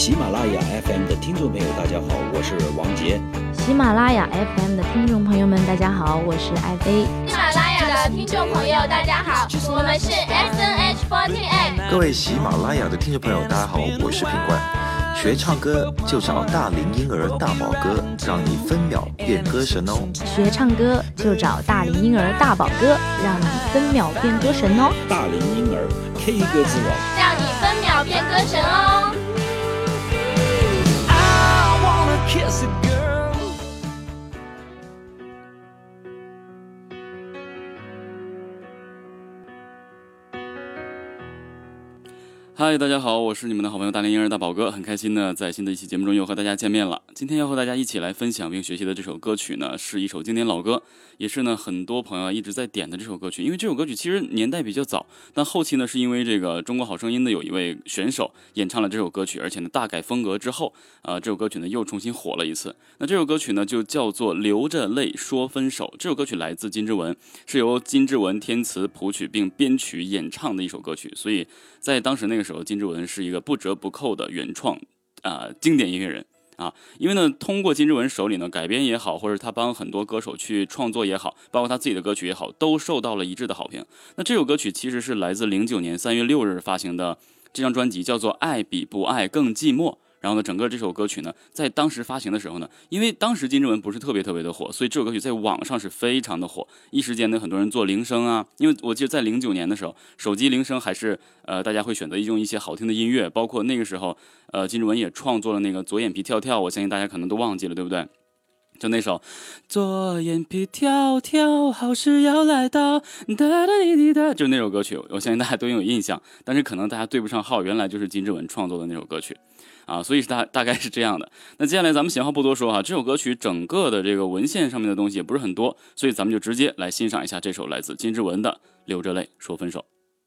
喜马拉雅 FM 的听众朋友大家好，我是王杰。 喜马拉雅 FM 的听众朋友们大家好，我是艾菲。 喜马拉雅的听众朋友大家好，我们是 SNH48。 各位喜马拉雅的听众朋友大家好，我是品冠。学唱歌就找大龄婴儿大宝哥，让你分秒变歌神哦。 学唱歌就找大龄婴儿大宝哥，让你分秒变歌神哦。 大龄婴儿 K 歌之王， 让你分秒变歌神哦。 I wanna kiss a girl。 嗨，大家好，我是你们的好朋友大龄婴儿大宝哥，很开心呢，在新的一期节目中又和大家见面了。今天要和大家一起来分享并学习的这首歌曲呢，是一首经典老歌，也是呢很多朋友一直在点的这首歌曲。因为这首歌曲其实年代比较早，但后期呢是因为这个中国好声音的有一位选手演唱了这首歌曲，而且呢大改风格之后，这首歌曲呢又重新火了一次。那这首歌曲呢就叫做《流着泪说分手》。这首歌曲来自金志文，是由金志文填词谱曲并编曲演唱的一首歌曲，所以在当时那个时候，金志文是一个不折不扣的原创经典音乐人啊。因为呢，通过金志文手里呢改编也好，或者他帮很多歌手去创作也好，包括他自己的歌曲也好，都受到了一致的好评。那这首歌曲其实是来自09年3月6日发行的这张专辑，叫做《爱比不爱更寂寞》。然后呢，整个这首歌曲呢，在当时发行的时候呢，因为当时金志文不是特别的火，所以这首歌曲在网上是非常的火。一时间呢，很多人做铃声啊，因为我记得在09年的时候，手机铃声还是大家会选择用一些好听的音乐，包括那个时候金志文也创作了那个左眼皮跳跳，我相信大家可能都忘记了，对不对？就那首左眼皮跳跳，好事要来到，哒哒滴滴哒，就那首歌曲，我相信大家都有印象，但是可能大家对不上号，原来就是金志文创作的那首歌曲啊，所以大概是这样的。那接下来咱们闲话不多说哈，这首歌曲整个的这个文献上面的东西也不是很多，所以咱们就直接来欣赏一下这首来自金志文的《流着泪说分手》。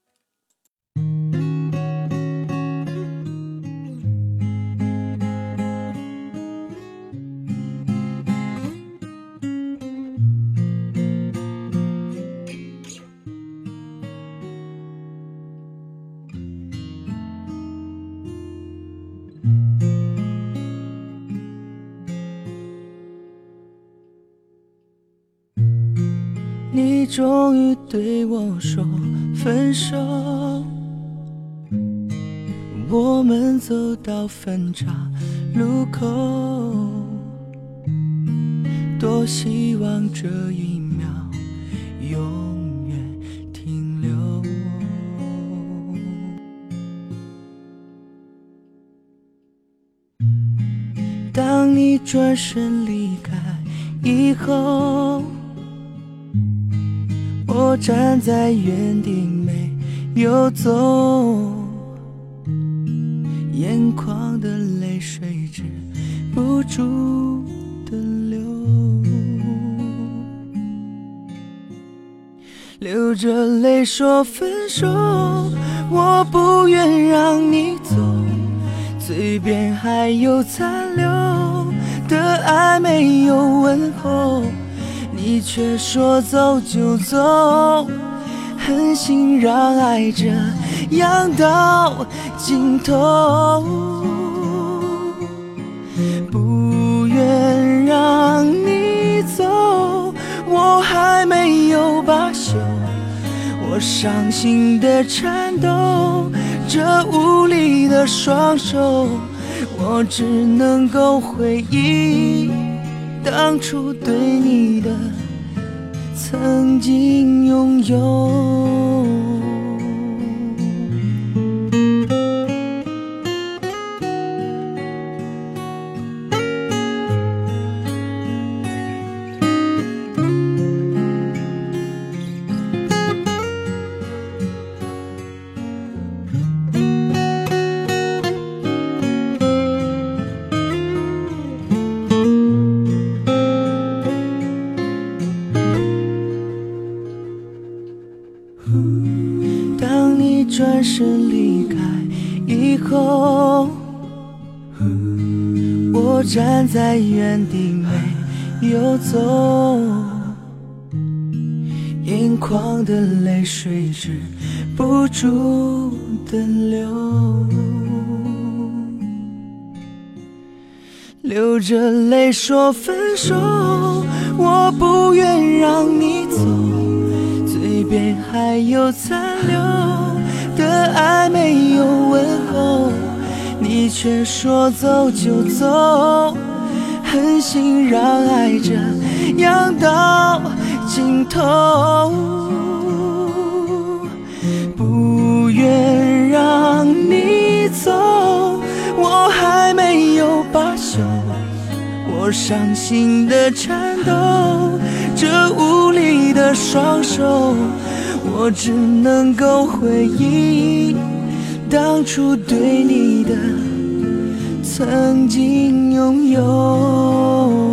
你终于对我说分手，我们走到分岔路口，多希望这一秒永远停留。当你转身离开以后，我站在原地没有走，眼眶的泪水止不住的流，流着泪说分手，我不愿让你走，嘴边还有残留的爱没有问候，你却说走就走，狠心让爱这样到尽头，不愿让你走，我还没有罢休，我伤心的颤抖，这无力的双手，我只能够回忆当初对你的曾经拥有。当你转身离开以后，我站在原地没有走，眼眶的泪水止不住的流， 流着泪说分手，我不愿让你走，嘴边还有残留的爱没有问候，你却说走就走，狠心让爱这样到尽头，不愿让你走，我还没有罢休，我伤心的颤抖，这无力的双手，我只能够回忆当初对你的曾经拥有。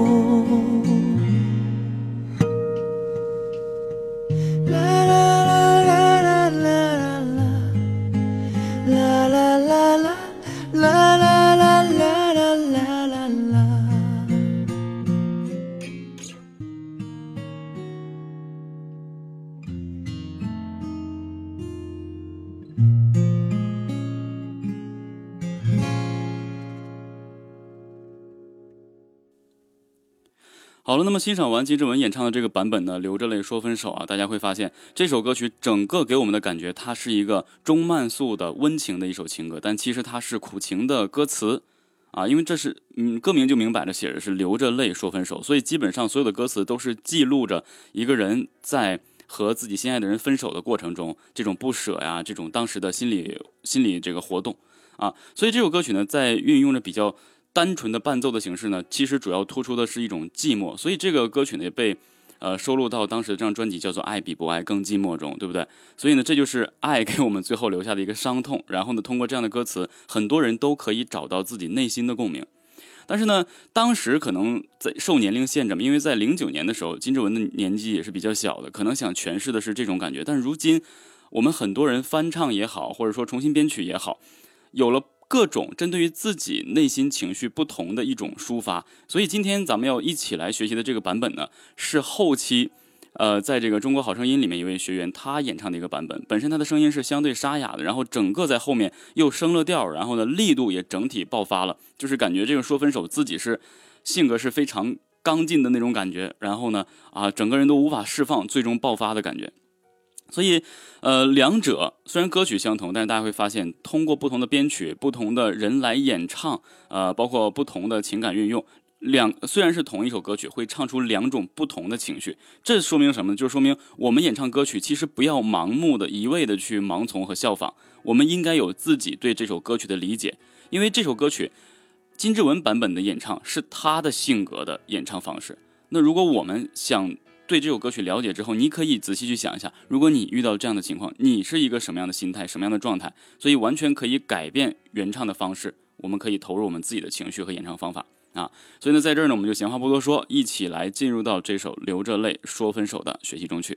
好了，那么欣赏完金志文演唱的这个版本呢，流着泪说分手啊，大家会发现这首歌曲整个给我们的感觉，它是一个中慢速的温情的一首情歌，但其实它是苦情的歌词啊，因为这是歌名就明摆着写的是流着泪说分手，所以基本上所有的歌词都是记录着一个人在和自己心爱的人分手的过程中，这种不舍呀，这种当时的心理这个活动啊，所以这首歌曲呢，在运用着比较单纯的伴奏的形式呢，其实主要突出的是一种寂寞，所以这个歌曲呢也被收录到当时的这张专辑叫做《爱比不爱更寂寞》中，对不对？所以呢，这就是爱给我们最后留下的一个伤痛。然后呢，通过这样的歌词，很多人都可以找到自己内心的共鸣。但是呢，当时可能在受年龄限制嘛，因为在09年的时候，金志文的年纪也是比较小的，可能想诠释的是这种感觉。但是如今，我们很多人翻唱也好，或者说重新编曲也好，有了各种针对于自己内心情绪不同的一种抒发，所以今天咱们要一起来学习的这个版本呢，是后期在这个中国好声音里面一位学员他演唱的一个版本，本身他的声音是相对沙哑的，然后整个在后面又升了调，然后呢力度也整体爆发了，就是感觉这个说分手自己是性格是非常刚劲的那种感觉，然后呢整个人都无法释放，最终爆发的感觉。所以两者虽然歌曲相同，但是大家会发现通过不同的编曲，不同的人来演唱，包括不同的情感运用，虽然是同一首歌曲，会唱出两种不同的情绪。这说明什么呢？就是说明我们演唱歌曲其实不要盲目的一味的去盲从和效仿，我们应该有自己对这首歌曲的理解。因为这首歌曲金志文版本的演唱是他的性格的演唱方式，那如果我们想对这首歌曲了解之后，你可以仔细去想一下，如果你遇到这样的情况，你是一个什么样的心态，什么样的状态，所以完全可以改变原唱的方式，我们可以投入我们自己的情绪和演唱方法啊。所以呢，在这儿呢，我们就闲话不多说，一起来进入到这首流着泪说分手的学习中去。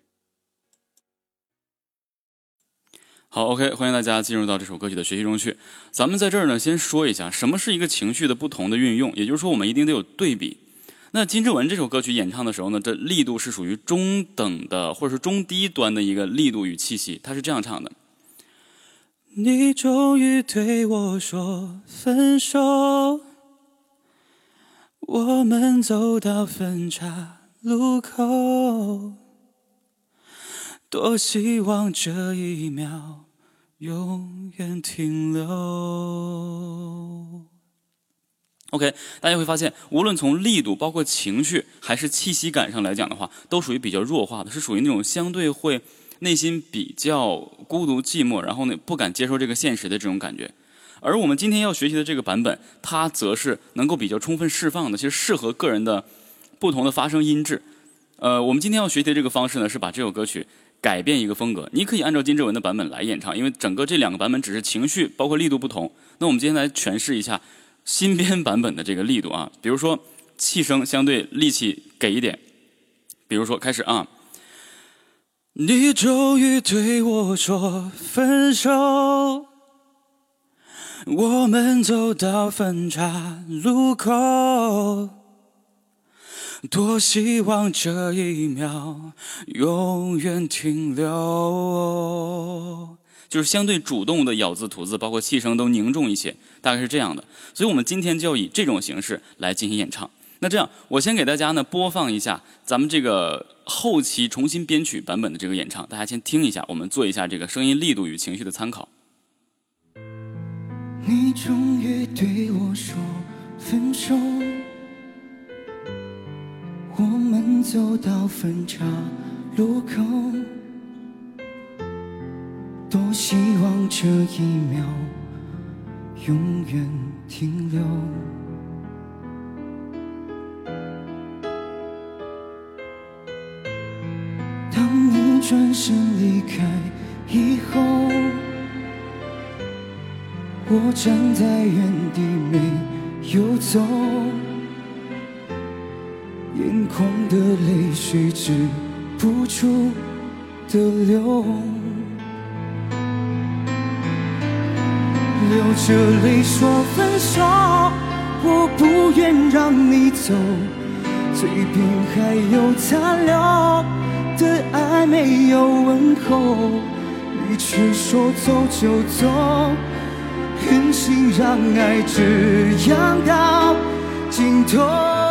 好 ，OK， 欢迎大家进入到这首歌曲的学习中去。咱们在这儿呢，先说一下什么是一个情绪的不同的运用，也就是说，我们一定得有对比。那金志文这首歌曲演唱的时候呢，这力度是属于中等的或者是中低端的一个力度与气息，他是这样唱的： 你终于对我说分手，我们走到分岔路口，多希望这一秒永远停留。 OK， 大家会发现，无论从力度、包括情绪还是气息感上来讲的话，都属于比较弱化的，是属于那种相对会内心比较孤独寂寞，然后呢不敢接受这个现实的这种感觉。而我们今天要学习的这个版本，它则是能够比较充分释放的，其实适合个人的不同的发声音质。我们今天要学习的这个方式呢，是把这首歌曲改变一个风格。你可以按照金志文的版本来演唱，因为整个这两个版本只是情绪包括力度不同。那我们今天来诠释一下新编版本的这个力度啊，比如说气声相对力气给一点，比如说开始啊， 你终于对我说分手，我们走到分岔路口，多希望这一秒永远停留。 就是相对主动的咬字吐字，包括气声都凝重一些，大概是这样的。所以我们今天就要以这种形式来进行演唱。那这样，我先给大家呢播放一下咱们这个后期重新编曲版本的这个演唱，大家先听一下，我们做一下这个声音力度与情绪的参考。 你终于对我说分手，我们走到分岔路口，多希望这一秒永远停留。当你转身离开以后，我站在原地没有走，眼眶的泪水止不住的流，流着泪说分手，我不愿让你走，嘴边还有残留的爱没有问候，你却说走就走，狠心让爱这样到尽头，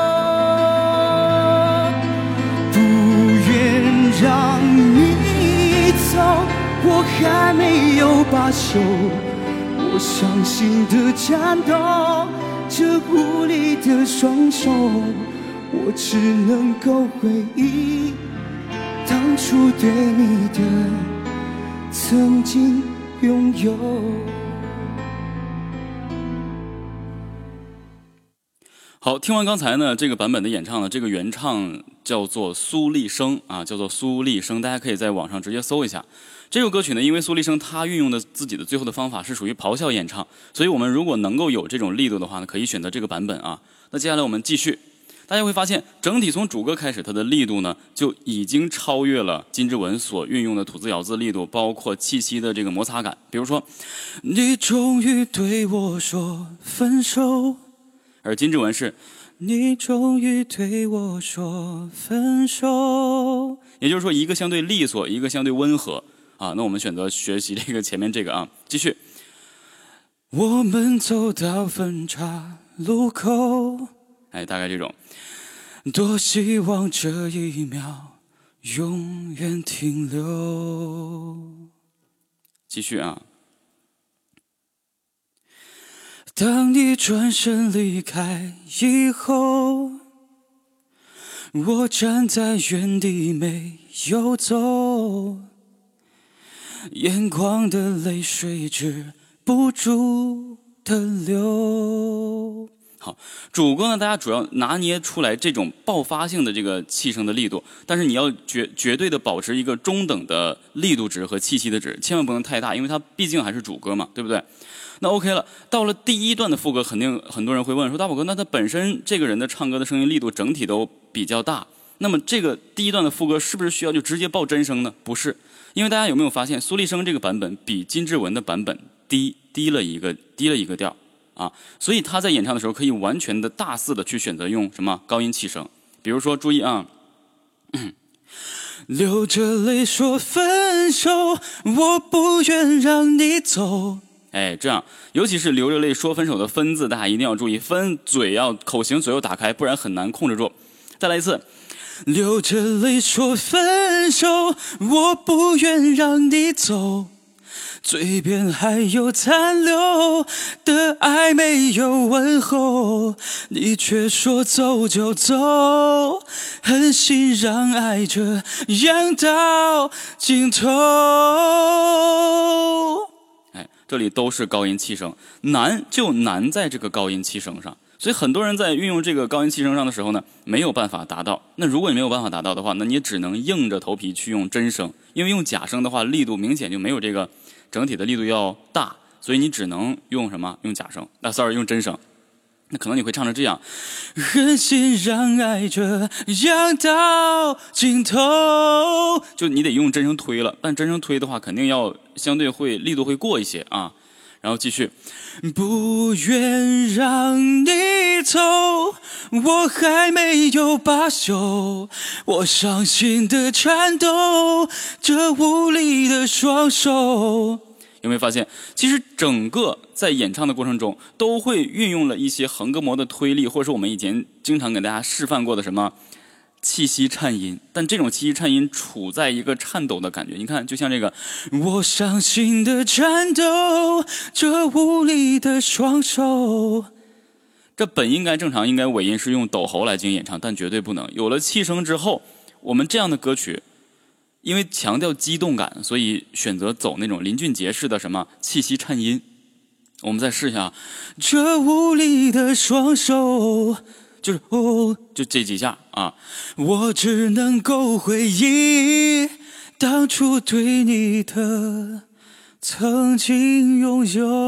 不愿让你走，我还没有罢休，我伤心的颤抖，这无力的双手，我只能够回忆当初对你的曾经拥有。 好，听完刚才呢这个版本的演唱呢，这个原唱叫做苏丽生啊，叫做苏丽生，大家可以在网上直接搜一下。这首歌曲呢，因为苏丽生他运用的自己的最后的方法是属于咆哮演唱，所以我们如果能够有这种力度的话呢，可以选择这个版本啊。那接下来我们继续，大家会发现整体从主歌开始，它的力度呢就已经超越了金志文所运用的吐字咬字力度，包括气息的这个摩擦感。比如说， 你终于对我说分手， 而金志文是你终于对我说分手， 也就是说一个相对利索，一个相对温和啊。那我们选择学习这个前面这个啊，继续。 我们走到分岔路口， 哎，大概这种。 多希望这一秒永远停留。 继续啊。 当你转身离开以后，我站在原地没有走，眼眶的泪水止不住的流。 好，主歌呢，大家主要拿捏出来这种爆发性的这个气声的力度，但是你要绝对的保持一个中等的力度值和气息的值，千万不能太大，因为它毕竟还是主歌嘛，对不对？那 OK 了，到了第一段的副歌，肯定很多人会问说，大宝哥，那他本身这个人的唱歌的声音力度整体都比较大，那么这个第一段的副歌是不是需要就直接报真声呢？不是，因为大家有没有发现，苏丽生这个版本比金志文的版本低了一个调啊，所以他在演唱的时候可以完全的大肆的去选择用什么高音气声，比如说注意啊。 流着泪说分手，我不愿让你走。 哎，这样，尤其是流着泪说分手的分字，大家一定要注意，分嘴要口型左右打开，不然很难控制住。再来一次， 流着泪说分手，我不愿让你走，嘴边还有残留的爱没有问候，你却说走就走，狠心让爱这样到尽头。 这里都是高音气声，难就难在这个高音气声上，所以很多人在运用这个高音气声上的时候呢，没有办法达到。那如果你没有办法达到的话，那你只能硬着头皮去用真声，因为用假声的话，力度明显就没有这个整体的力度要大，所以你只能用什么？用假声。用真声。那可能你会唱成这样， 狠心让爱这样到尽头， 就你得用真声推了，但真声推的话肯定要相对会力度会过一些啊。然后继续， 不愿让你走，我还没有罢休，我伤心的颤抖，这无力的双手。 有没有发现，其实整个在演唱的过程中都会运用了一些横膈膜的推力，或者是我们以前经常给大家示范过的什么气息颤音，但这种气息颤音处在一个颤抖的感觉。你看，就像这个我伤心的颤抖，这无力的双手，这本应该正常，应该尾音是用抖喉来进行演唱，但绝对不能。有了气声之后，我们这样的歌曲因为强调激动感，所以选择走那种林俊杰式的什么气息颤音。我们再试一下，这无力的双手，就是就这几下啊，我只能够回忆当初对你的曾经拥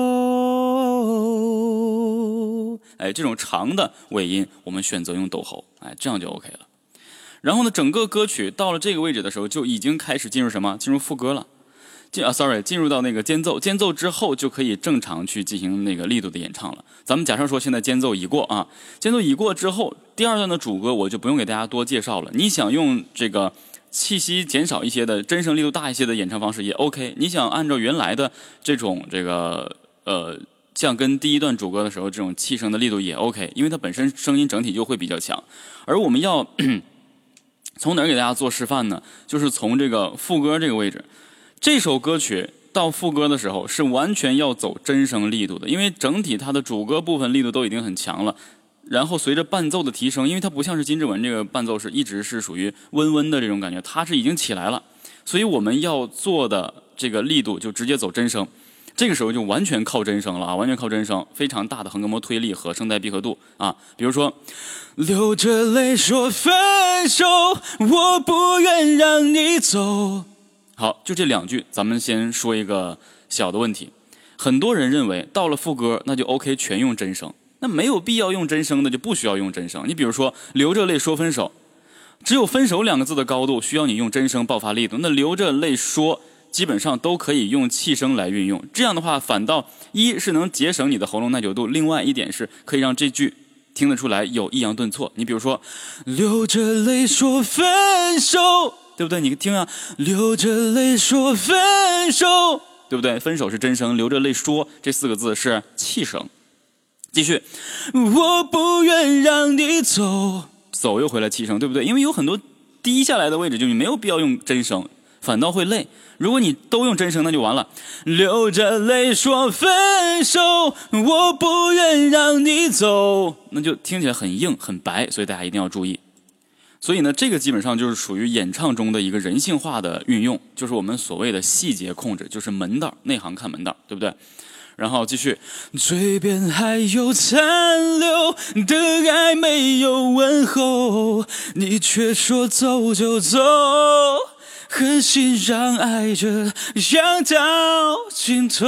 有。哎，这种长的尾音我们选择用抖喉，哎，这样就 OK 了。然后呢，整个歌曲到了这个位置的时候，就已经开始进入什么？进入副歌了。进入到那个间奏，间奏之后就可以正常去进行那个力度的演唱了。咱们假设说现在间奏已过啊，间奏已过之后，第二段的主歌我就不用给大家多介绍了。你想用这个气息减少一些的真声力度大一些的演唱方式也 OK， 你想按照原来的这种像跟第一段主歌的时候这种气声的力度也 OK， 因为它本身声音整体就会比较强。而我们要从哪儿给大家做示范呢？就是从这个副歌这个位置。这首歌曲到副歌的时候是完全要走真声力度的，因为整体它的主歌部分力度都已经很强了，然后随着伴奏的提升，因为它不像是金志文这个伴奏是一直是属于温温的这种感觉，它是已经起来了，所以我们要做的这个力度就直接走真声，这个时候就完全靠真声了啊，完全靠真声，非常大的横膈膜推力和声带闭合度啊，比如说流着泪说分手，我不愿让你走。好，就这两句，咱们先说一个小的问题。很多人认为到了副歌那就 OK， 全用真声，那没有必要用真声的就不需要用真声。你比如说流着泪说分手，只有分手两个字的高度需要你用真声爆发力度，那流着泪说基本上都可以用气声来运用。这样的话反倒一是能节省你的喉咙耐久度，另外一点是可以让这句听得出来有抑扬顿挫。你比如说流着泪说分手，对不对？你听啊，流着泪说分手，对不对？分手是真声，流着泪说这四个字是气声。继续，我不愿让你走，走又回来气声，对不对？因为有很多低下来的位置就你没有必要用真声，反倒会累。如果你都用真声那就完了，流着泪说分手，我不愿让你走，那就听起来很硬很白，所以大家一定要注意。所以呢，这个基本上就是属于演唱中的一个人性化的运用，就是我们所谓的细节控制，就是门道，内行看门道，对不对？然后继续，嘴边还有残留的爱没有问候，你却说走就走，狠心让爱这样到尽头，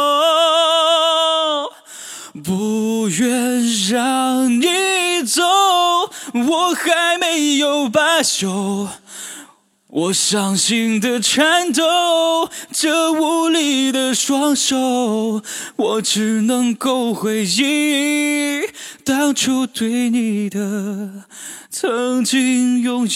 不愿让你走，我还没有罢休，我伤心的颤抖，这无力的双手，我只能够回忆当初对你的曾经拥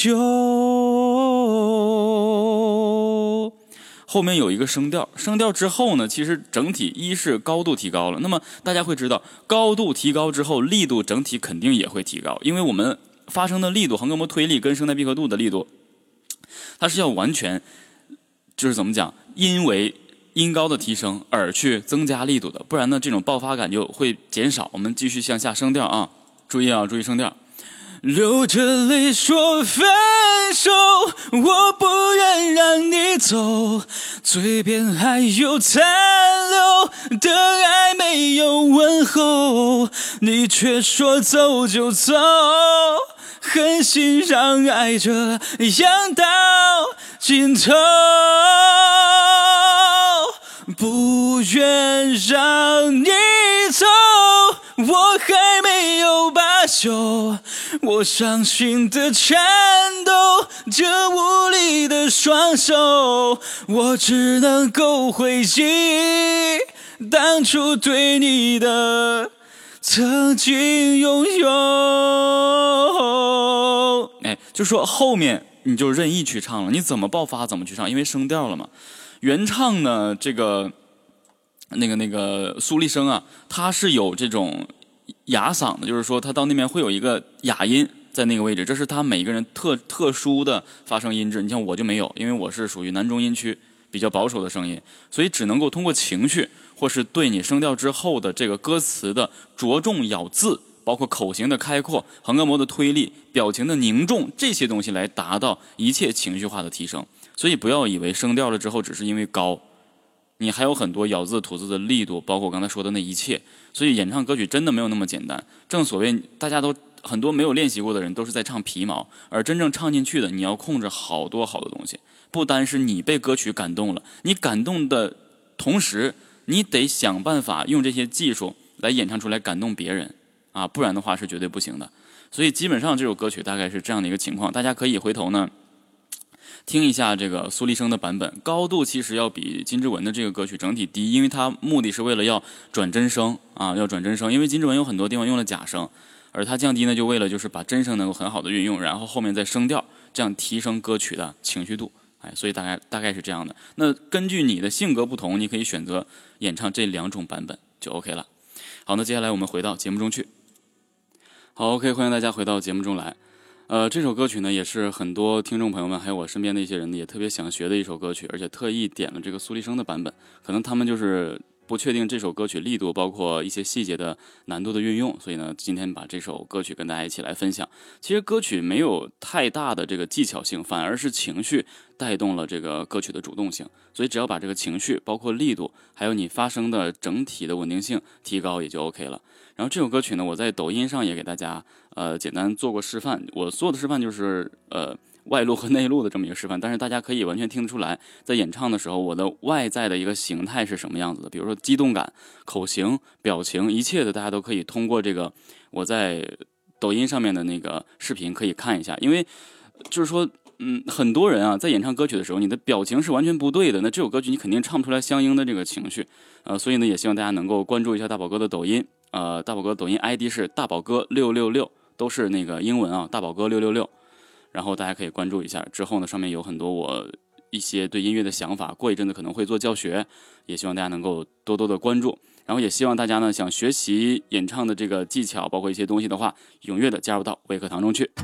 有。后面有一个声调，声调之后呢，其实整体一是高度提高了，那么大家会知道高度提高之后力度整体肯定也会提高，因为我们发声的力度横膈膜推力跟声带闭合度的力度它是要完全就是怎么讲，因为音高的提升而去增加力度的，不然呢这种爆发感就会减少。我们继续向下声调啊，注意啊，注意声调。流着泪说分手，我不愿让你走，嘴边还有残留的爱没有问候，你却说走就走，狠心让爱这样到尽头，不愿让你走，我还没有罢休，我伤心的颤抖，这无力的双手，我只能够回忆当初对你的曾经拥有。哎，就说后面你就任意去唱了，你怎么爆发怎么去唱，因为声调了嘛。原唱呢，这个那个苏立生啊，他是有这种哑嗓的，就是说他到那边会有一个哑音在那个位置，这是他每个人特殊的发声音质。你像我就没有，因为我是属于南中音区比较保守的声音，所以只能够通过情绪或是对你声调之后的这个歌词的着重咬字，包括口型的开阔、横膈膜的推力、表情的凝重，这些东西来达到一切情绪化的提升。所以不要以为声调了之后只是因为高，你还有很多咬字吐字的力度，包括我刚才说的那一切。所以演唱歌曲真的没有那么简单。正所谓大家都很多没有练习过的人都是在唱皮毛，而真正唱进去的，你要控制好多好多东西。不单是你被歌曲感动了，你感动的同时，你得想办法用这些技术来演唱出来感动别人啊，不然的话是绝对不行的。所以基本上这首歌曲大概是这样的一个情况，大家可以回头呢听一下这个苏立生的版本，高度其实要比金志文的这个歌曲整体低，因为它目的是为了要转真声啊，要转真声。因为金志文有很多地方用了假声，而它降低呢，就为了就是把真声能够很好的运用，然后后面再升调，这样提升歌曲的情绪度。所以大概是这样的。那根据你的性格不同，你可以选择演唱这2种版本就 OK 了。好，那接下来我们回到节目中去。好 ，OK， 欢迎大家回到节目中来。这首歌曲呢，也是很多听众朋友们还有我身边的一些人呢，也特别想学的一首歌曲，而且特意点了这个苏立生的版本。可能他们就是不确定这首歌曲力度，包括一些细节的难度的运用，所以呢，今天把这首歌曲跟大家一起来分享。其实歌曲没有太大的这个技巧性，反而是情绪带动了这个歌曲的主动性。所以只要把这个情绪，包括力度，还有你发声的整体的稳定性提高，也就 OK 了。然后这首歌曲呢，我在抖音上也给大家简单做过示范。我做的示范就是外录和内录的这么一个示范，但是大家可以完全听得出来，在演唱的时候我的外在的一个形态是什么样子的，比如说激动感、口型、表情，一切的大家都可以通过这个我在抖音上面的那个视频可以看一下。因为就是说很多人啊在演唱歌曲的时候，你的表情是完全不对的，那这首歌曲你肯定唱不出来相应的这个情绪。所以呢，也希望大家能够关注一下大宝哥的抖音。大宝哥抖音 ID 是大宝哥666，都是那个英文啊，大宝哥666。然后大家可以关注一下，之后呢，上面有很多我一些对音乐的想法，过一阵子可能会做教学，也希望大家能够多多的关注。然后也希望大家呢，想学习演唱的这个技巧，包括一些东西的话，踊跃的加入到微课堂中去。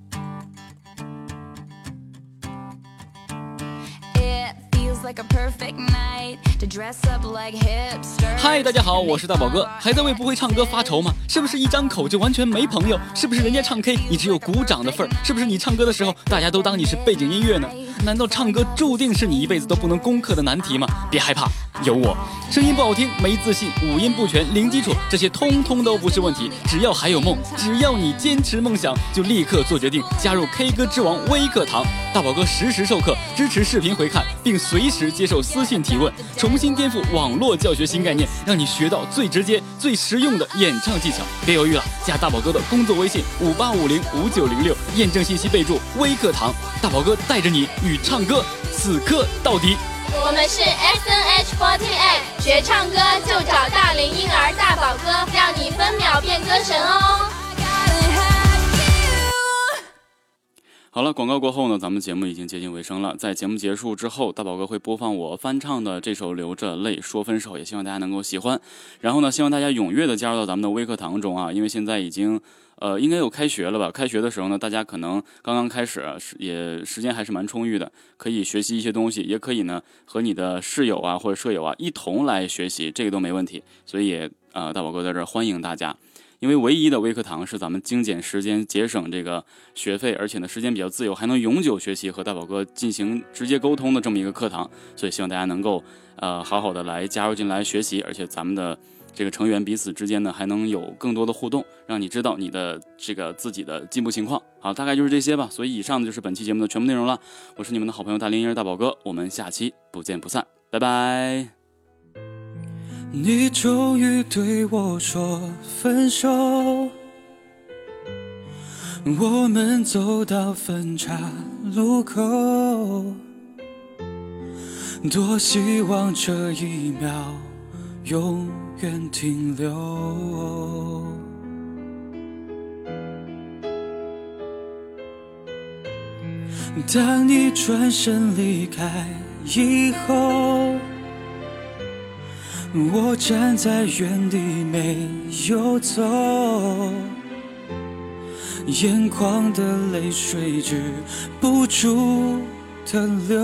嗨，大家好，我是大宝哥。还在为不会唱歌发愁吗？是不是一张口就完全没朋友？是不是人家唱 K 你只有鼓掌的份儿？是不是你唱歌的时候大家都当你是背景音乐呢？难道唱歌注定是你一辈子都不能攻克的难题吗？别害怕，有我。声音不好听，没自信，五音不全，零基础，这些通通都不是问题。只要还有梦，只要你坚持梦想，就立刻做决定，加入 K 歌之王微课堂。大宝哥实时授课，支持视频回看，并随时接受私信提问，重新颠覆网络教学新概念，让你学到最直接、最实用的演唱技巧。别犹豫了，加大宝哥的工作微信58505906，验证信息备注微课堂。大宝哥带着你与唱歌死磕到底。 我们是 SNH48， 学唱歌就找大龄婴儿大宝哥，让你分秒变歌神哦。 好了，广告过后呢，咱们节目已经接近尾声了。在节目结束之后，大宝哥会播放我翻唱的这首《流着泪说分手》，也希望大家能够喜欢。然后呢，希望大家踊跃的加入到咱们的微课堂中啊，因为现在已经应该有开学了吧？开学的时候呢，大家可能刚刚开始，也时间还是蛮充裕的，可以学习一些东西，也可以呢和你的室友啊或者舍友啊一同来学习，这个都没问题。所以也大宝哥在这儿欢迎大家。因为唯一的微课堂是咱们精简时间、节省这个学费，而且呢时间比较自由，还能永久学习和大宝哥进行直接沟通的这么一个课堂，所以希望大家能够好好的来加入进来学习，而且咱们的这个成员彼此之间呢还能有更多的互动，让你知道你的这个自己的进步情况。好，大概就是这些吧。所以以上的就是本期节目的全部内容了。我是你们的好朋友大龄婴儿大宝哥，我们下期不见不散，拜拜。 你终于对我说分手，我们走到分岔路口，多希望这一秒永远停留。当你转身离开以后， 我站在原地没有走，眼眶的泪水止不住的流，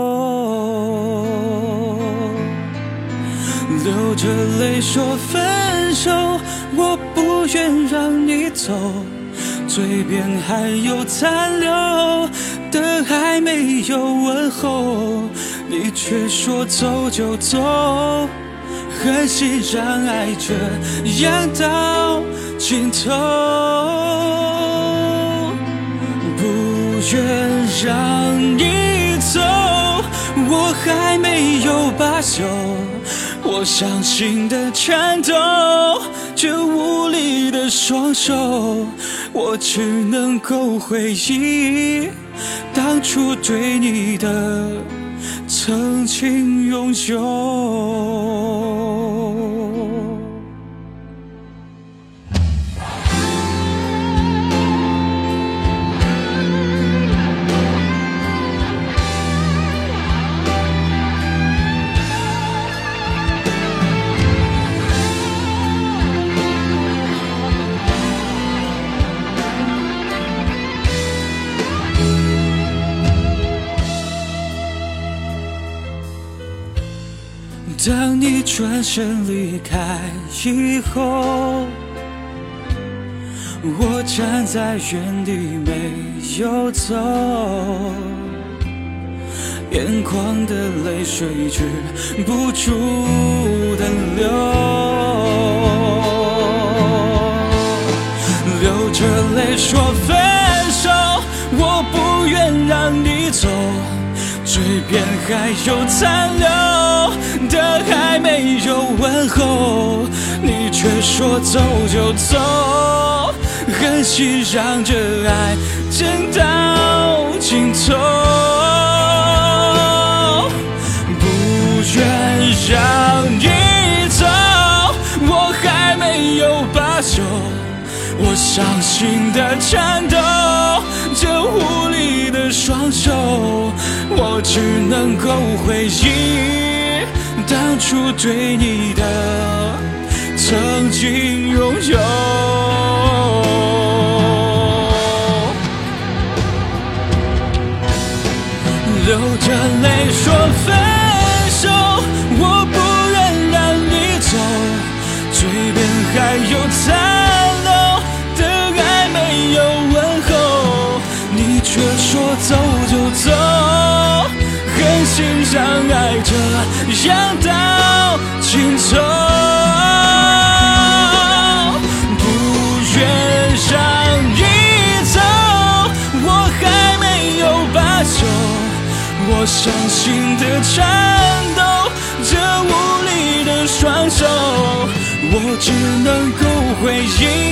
流着泪说分手，我不愿让你走，嘴边还有残留的还没有问候，你却说走就走，狠心让爱这样到尽头，不愿让你走，我还没有罢休，我伤心的颤抖，这无力的双手，我只能够回忆当初对你的曾经拥有。当你转身离开以后，我站在原地没有走，眼眶的泪水止不住的流，流着泪说分手，我不愿让你走，嘴边还有残留的还没有问候，你却说走就走，狠心让这爱真到尽头，不愿让你走，我还没有罢休，我伤心的颤抖，这无力的双手，我只能够回忆当初对你的曾经拥有，流着泪说分手，我不愿让你走，嘴边还有残留的爱没有问候，你却说走就走，狠心让爱这样到尽头，不愿让你走，我还没有罢休，我伤心的颤抖，这无力的双手，我只能够回应